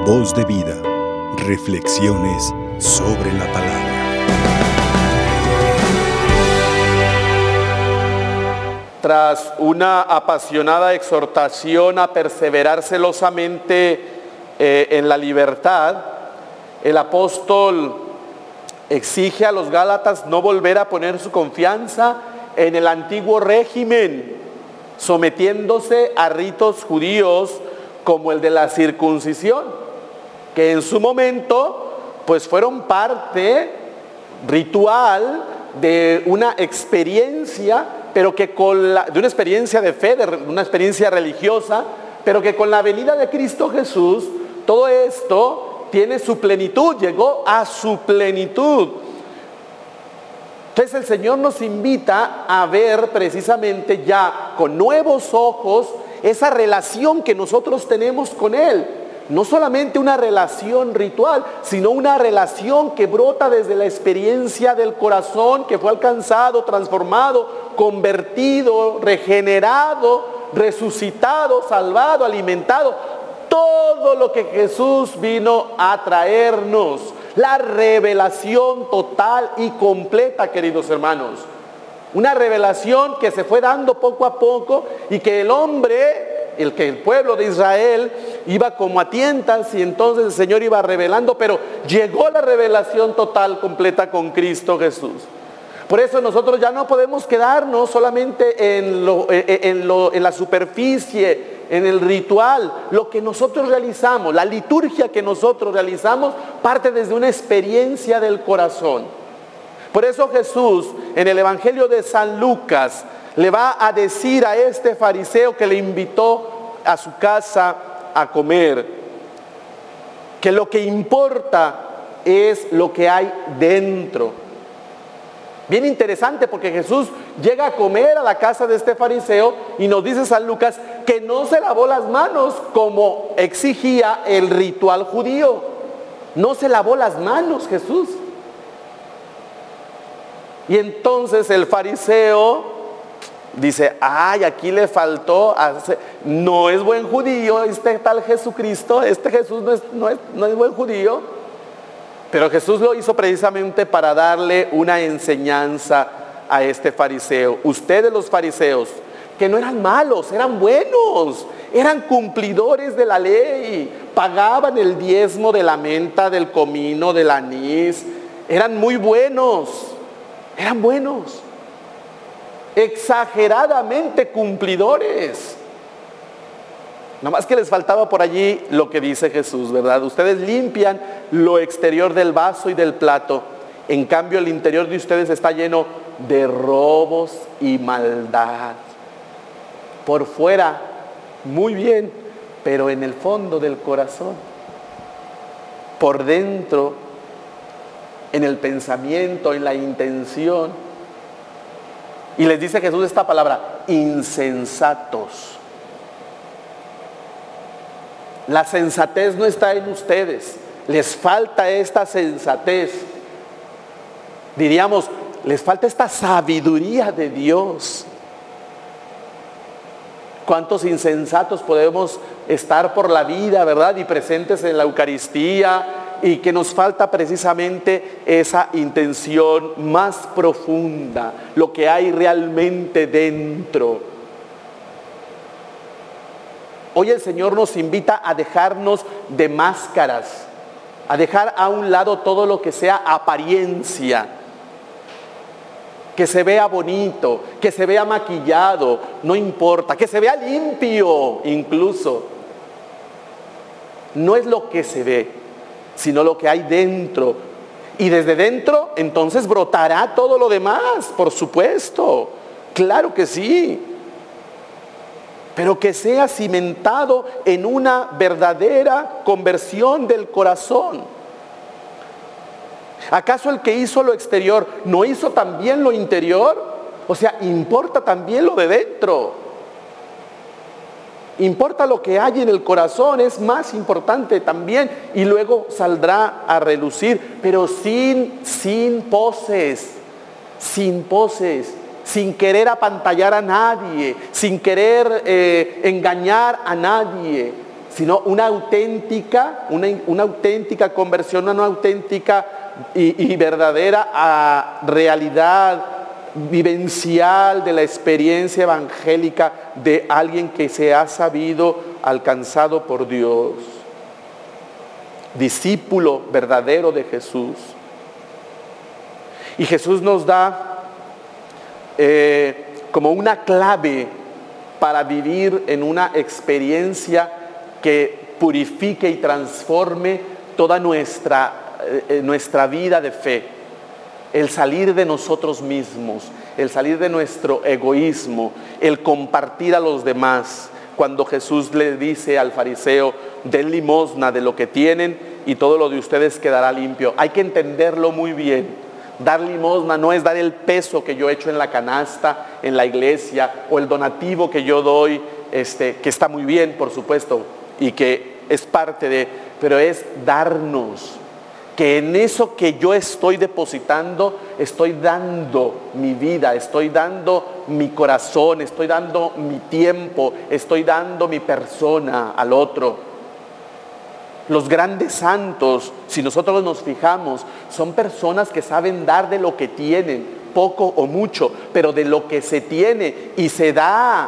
Voz de vida. Reflexiones sobre la palabra. Tras una apasionada exhortación a perseverar celosamente en la libertad, el apóstol exige a los Gálatas no volver a poner su confianza en el antiguo régimen, sometiéndose a ritos judíos como el de la circuncisión, que en su momento pues fueron parte ritual de una experiencia, pero que de una experiencia de fe, de una experiencia religiosa, pero que con la venida de Cristo Jesús, todo esto tiene su plenitud, llegó a su plenitud. Entonces el Señor nos invita a ver precisamente ya con nuevos ojos esa relación que nosotros tenemos con Él. No solamente una relación ritual, sino una relación que brota desde la experiencia del corazón, que fue alcanzado, transformado, convertido, regenerado, resucitado, salvado, alimentado. Todo lo que Jesús vino a traernos. La revelación total y completa, queridos hermanos. Una revelación que se fue dando poco a poco y que el pueblo de Israel iba como a tientas y entonces el Señor iba revelando, pero llegó la revelación total, completa con Cristo Jesús. Por eso nosotros ya no podemos quedarnos solamente en la superficie, en el ritual. Lo que nosotros realizamos, la liturgia que nosotros realizamos, parte desde una experiencia del corazón. Por eso Jesús, en el Evangelio de San Lucas, le va a decir a este fariseo que le invitó a su casa a comer, que lo que importa es lo que hay dentro. Bien interesante, porque Jesús llega a comer a la casa de este fariseo y nos dice San Lucas que no se lavó las manos como exigía el ritual judío. No se lavó las manos Jesús. Y entonces el fariseo dice, aquí le faltó, no es buen judío este tal Jesucristo, este Jesús no es buen judío. Pero Jesús lo hizo precisamente para darle una enseñanza a este fariseo. Ustedes los fariseos, que no eran malos, eran buenos, eran cumplidores de la ley, pagaban el diezmo de la menta, del comino, del anís, eran muy buenos, exageradamente cumplidores. Nada más que les faltaba por allí lo que dice Jesús, ¿verdad? Ustedes limpian lo exterior del vaso y del plato. En cambio, el interior de ustedes está lleno de robos y maldad. Por fuera, muy bien, pero en el fondo del corazón, por dentro, en el pensamiento, en la intención. Y les dice Jesús esta palabra, insensatos. La sensatez no está en ustedes, les falta esta sensatez. Diríamos, les falta esta sabiduría de Dios. ¿Cuántos insensatos podemos estar por la vida, verdad? Y presentes en la Eucaristía, y que nos falta precisamente esa intención más profunda, lo que hay realmente dentro. Hoy el Señor nos invita a dejarnos de máscaras, a dejar a un lado todo lo que sea apariencia, que se vea bonito, que se vea maquillado, no importa, que se vea limpio incluso. No es lo que se ve, sino lo que hay dentro. Y desde dentro entonces brotará todo lo demás, por supuesto, claro que sí. Pero que sea cimentado en una verdadera conversión del corazón. ¿Acaso el que hizo lo exterior no hizo también lo interior? O sea, importa también lo de dentro. Importa lo que hay en el corazón, es más importante también. Y luego saldrá a relucir, pero sin poses, sin querer apantallar a nadie, sin querer engañar a nadie, sino una auténtica conversión, una auténtica y verdadera realidad vivencial de la experiencia evangélica de alguien que se ha sabido alcanzado por Dios. Discípulo verdadero de Jesús. Y Jesús nos da como una clave para vivir en una experiencia que purifique y transforme toda nuestra vida de fe. El salir de nosotros mismos, el salir de nuestro egoísmo, el compartir a los demás. Cuando Jesús le dice al fariseo, den limosna de lo que tienen y todo lo de ustedes quedará limpio. Hay que entenderlo muy bien. Dar limosna no es dar el peso que yo echo en la canasta, en la iglesia, o el donativo que yo doy, que está muy bien, por supuesto, y que es parte de, pero es darnos. Que en eso que yo estoy depositando, estoy dando mi vida, estoy dando mi corazón, estoy dando mi tiempo, estoy dando mi persona al otro. Los grandes santos, si nosotros nos fijamos, son personas que saben dar de lo que tienen, poco o mucho, pero de lo que se tiene y se da.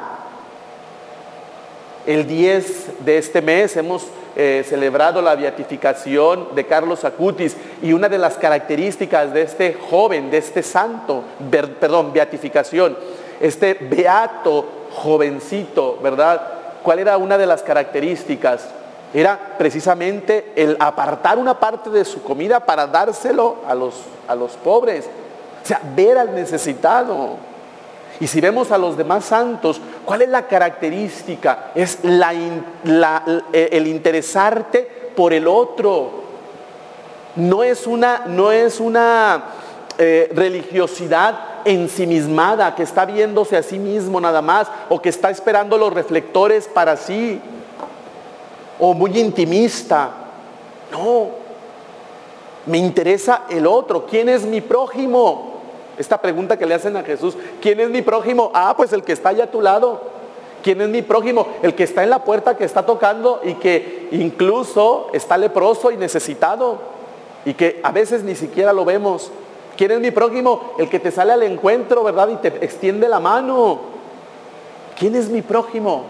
El 10 de este mes hemos celebrado la beatificación de Carlos Acutis, y una de las características de este joven, de este santo, beatificación, este beato jovencito, ¿verdad? ¿Cuál era una de las características? Era precisamente el apartar una parte de su comida para dárselo a los pobres, o sea, ver al necesitado. Y si vemos a los demás santos, ¿cuál es la característica? Es el interesarte por el otro. No es una religiosidad ensimismada que está viéndose a sí mismo nada más, o que está esperando los reflectores para sí, o muy intimista. No, me interesa el otro. ¿Quién es mi prójimo? Esta pregunta que le hacen a Jesús, ¿quién es mi prójimo? Pues el que está allá a tu lado. ¿Quién es mi prójimo? El que está en la puerta, que está tocando y que incluso está leproso y necesitado, y que a veces ni siquiera lo vemos. ¿Quién es mi prójimo? El que te sale al encuentro, ¿verdad? Y te extiende la mano. ¿Quién es mi prójimo?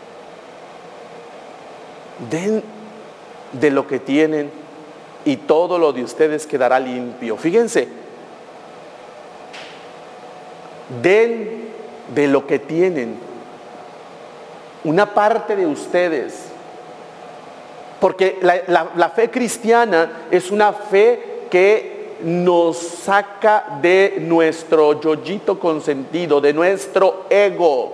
Den de lo que tienen y todo lo de ustedes quedará limpio. Fíjense. Den de lo que tienen, una parte de ustedes, porque la fe cristiana es una fe que nos saca de nuestro yoyito consentido, de nuestro ego.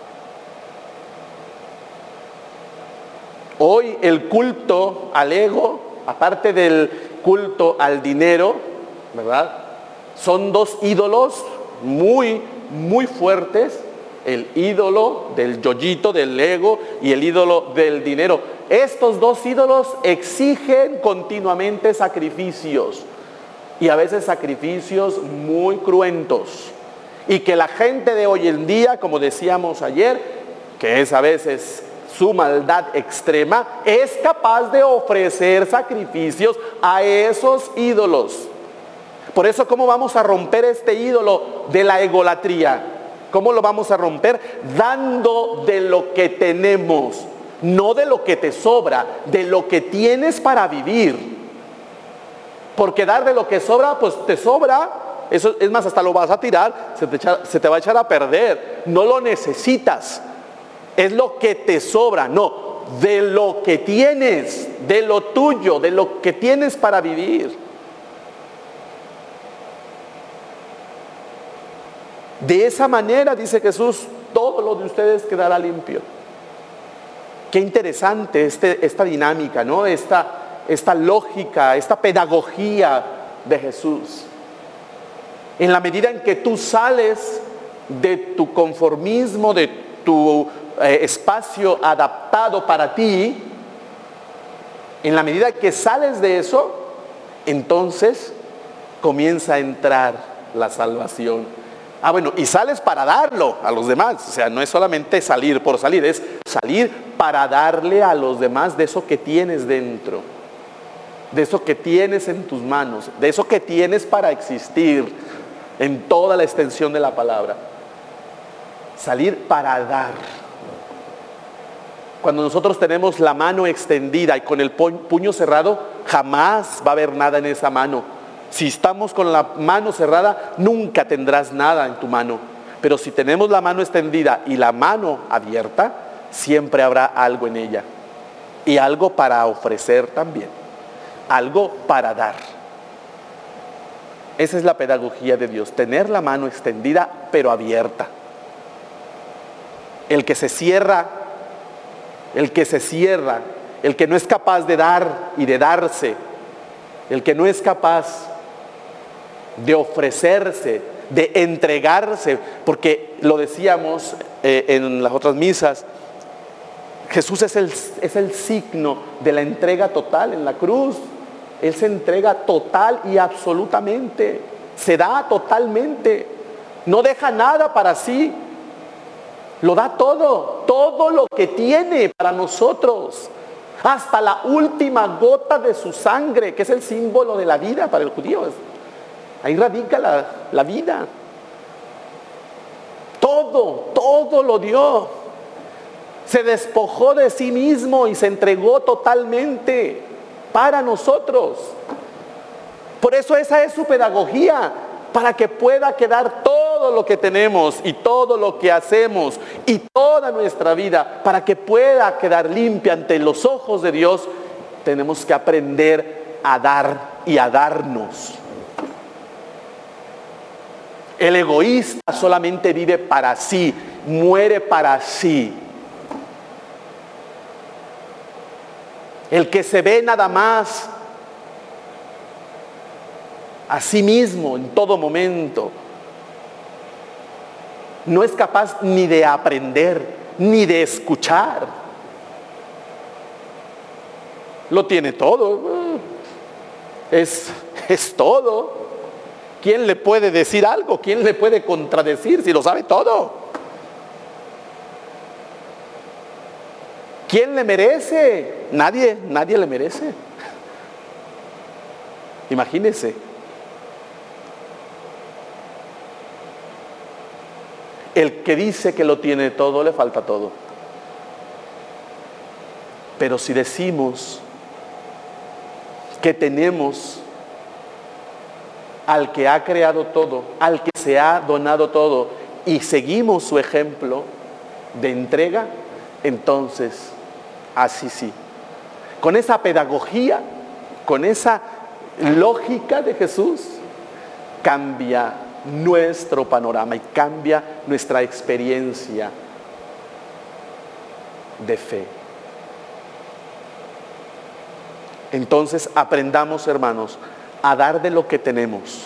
Hoy el culto al ego, aparte del culto al dinero, ¿verdad? Son dos ídolos muy, muy fuertes: el ídolo del yoyito, del ego, y el ídolo del dinero. Estos dos ídolos exigen continuamente sacrificios, y a veces sacrificios muy cruentos, y que la gente de hoy en día, como decíamos ayer, que es a veces su maldad extrema, es capaz de ofrecer sacrificios a esos ídolos. Por eso, ¿cómo vamos a romper este ídolo de la egolatría? ¿Cómo lo vamos a romper? Dando de lo que tenemos, no de lo que te sobra, de lo que tienes para vivir. Porque dar de lo que sobra, pues te sobra. Eso, es más, hasta lo vas a tirar, se te va a echar a perder. No lo necesitas. Es lo que te sobra, no, de lo que tienes, de lo tuyo, de lo que tienes para vivir. De esa manera, dice Jesús, todo lo de ustedes quedará limpio. Qué interesante esta dinámica, ¿no? Esta lógica, esta pedagogía de Jesús. En la medida en que tú sales de tu conformismo, de tu espacio adaptado para ti, en la medida que sales de eso, entonces comienza a entrar la salvación. Ah, bueno, y sales para darlo a los demás. O sea, no es solamente salir por salir, es salir para darle a los demás de eso que tienes dentro, de eso que tienes en tus manos, de eso que tienes para existir en toda la extensión de la palabra. Salir para dar. Cuando nosotros tenemos la mano extendida y con el puño cerrado, jamás va a haber nada en esa mano. Si estamos con la mano cerrada, nunca tendrás nada en tu mano. Pero si tenemos la mano extendida y la mano abierta, siempre habrá algo en ella. Y algo para ofrecer también. Algo para dar. Esa es la pedagogía de Dios. Tener la mano extendida, pero abierta. El que se cierra, el que no es capaz de dar y de darse, el que no es capaz de ofrecerse, de entregarse, porque lo decíamos en las otras misas, Jesús es el signo de la entrega total en la cruz. Él se entrega total y absolutamente, se da totalmente, no deja nada para sí, lo da todo lo que tiene para nosotros, hasta la última gota de su sangre, que es el símbolo de la vida para el judío. Ahí radica la vida. Todo lo dio. Se despojó de sí mismo y se entregó totalmente para nosotros. Por eso esa es su pedagogía, para que pueda quedar todo lo que tenemos y todo lo que hacemos y toda nuestra vida, para que pueda quedar limpia ante los ojos de Dios, tenemos que aprender a dar y a darnos. El egoísta solamente vive para sí, muere para sí. El que se ve nada más a sí mismo en todo momento, no es capaz ni de aprender, ni de escuchar. Lo tiene todo, es todo. ¿Quién le puede decir algo? ¿Quién le puede contradecir si lo sabe todo? ¿Quién le merece? Nadie le merece. Imagínense. El que dice que lo tiene todo, le falta todo. Pero si decimos que tenemos al que ha creado todo, al que se ha donado todo, y seguimos su ejemplo de entrega, entonces, así sí, con esa pedagogía, con esa lógica de Jesús, cambia nuestro panorama y cambia nuestra experiencia de fe. Entonces aprendamos, hermanos, a dar de lo que tenemos.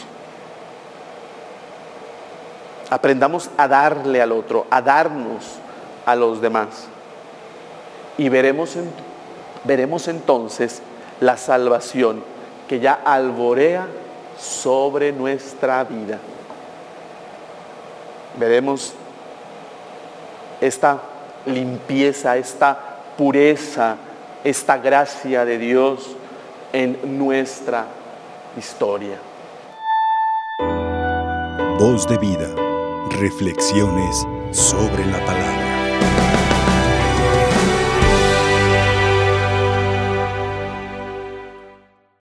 Aprendamos a darle al otro, a darnos a los demás. Y veremos entonces la salvación que ya alborea sobre nuestra vida. Veremos esta limpieza, esta pureza, esta gracia de Dios en nuestra historia. Voz de vida. Reflexiones sobre la palabra.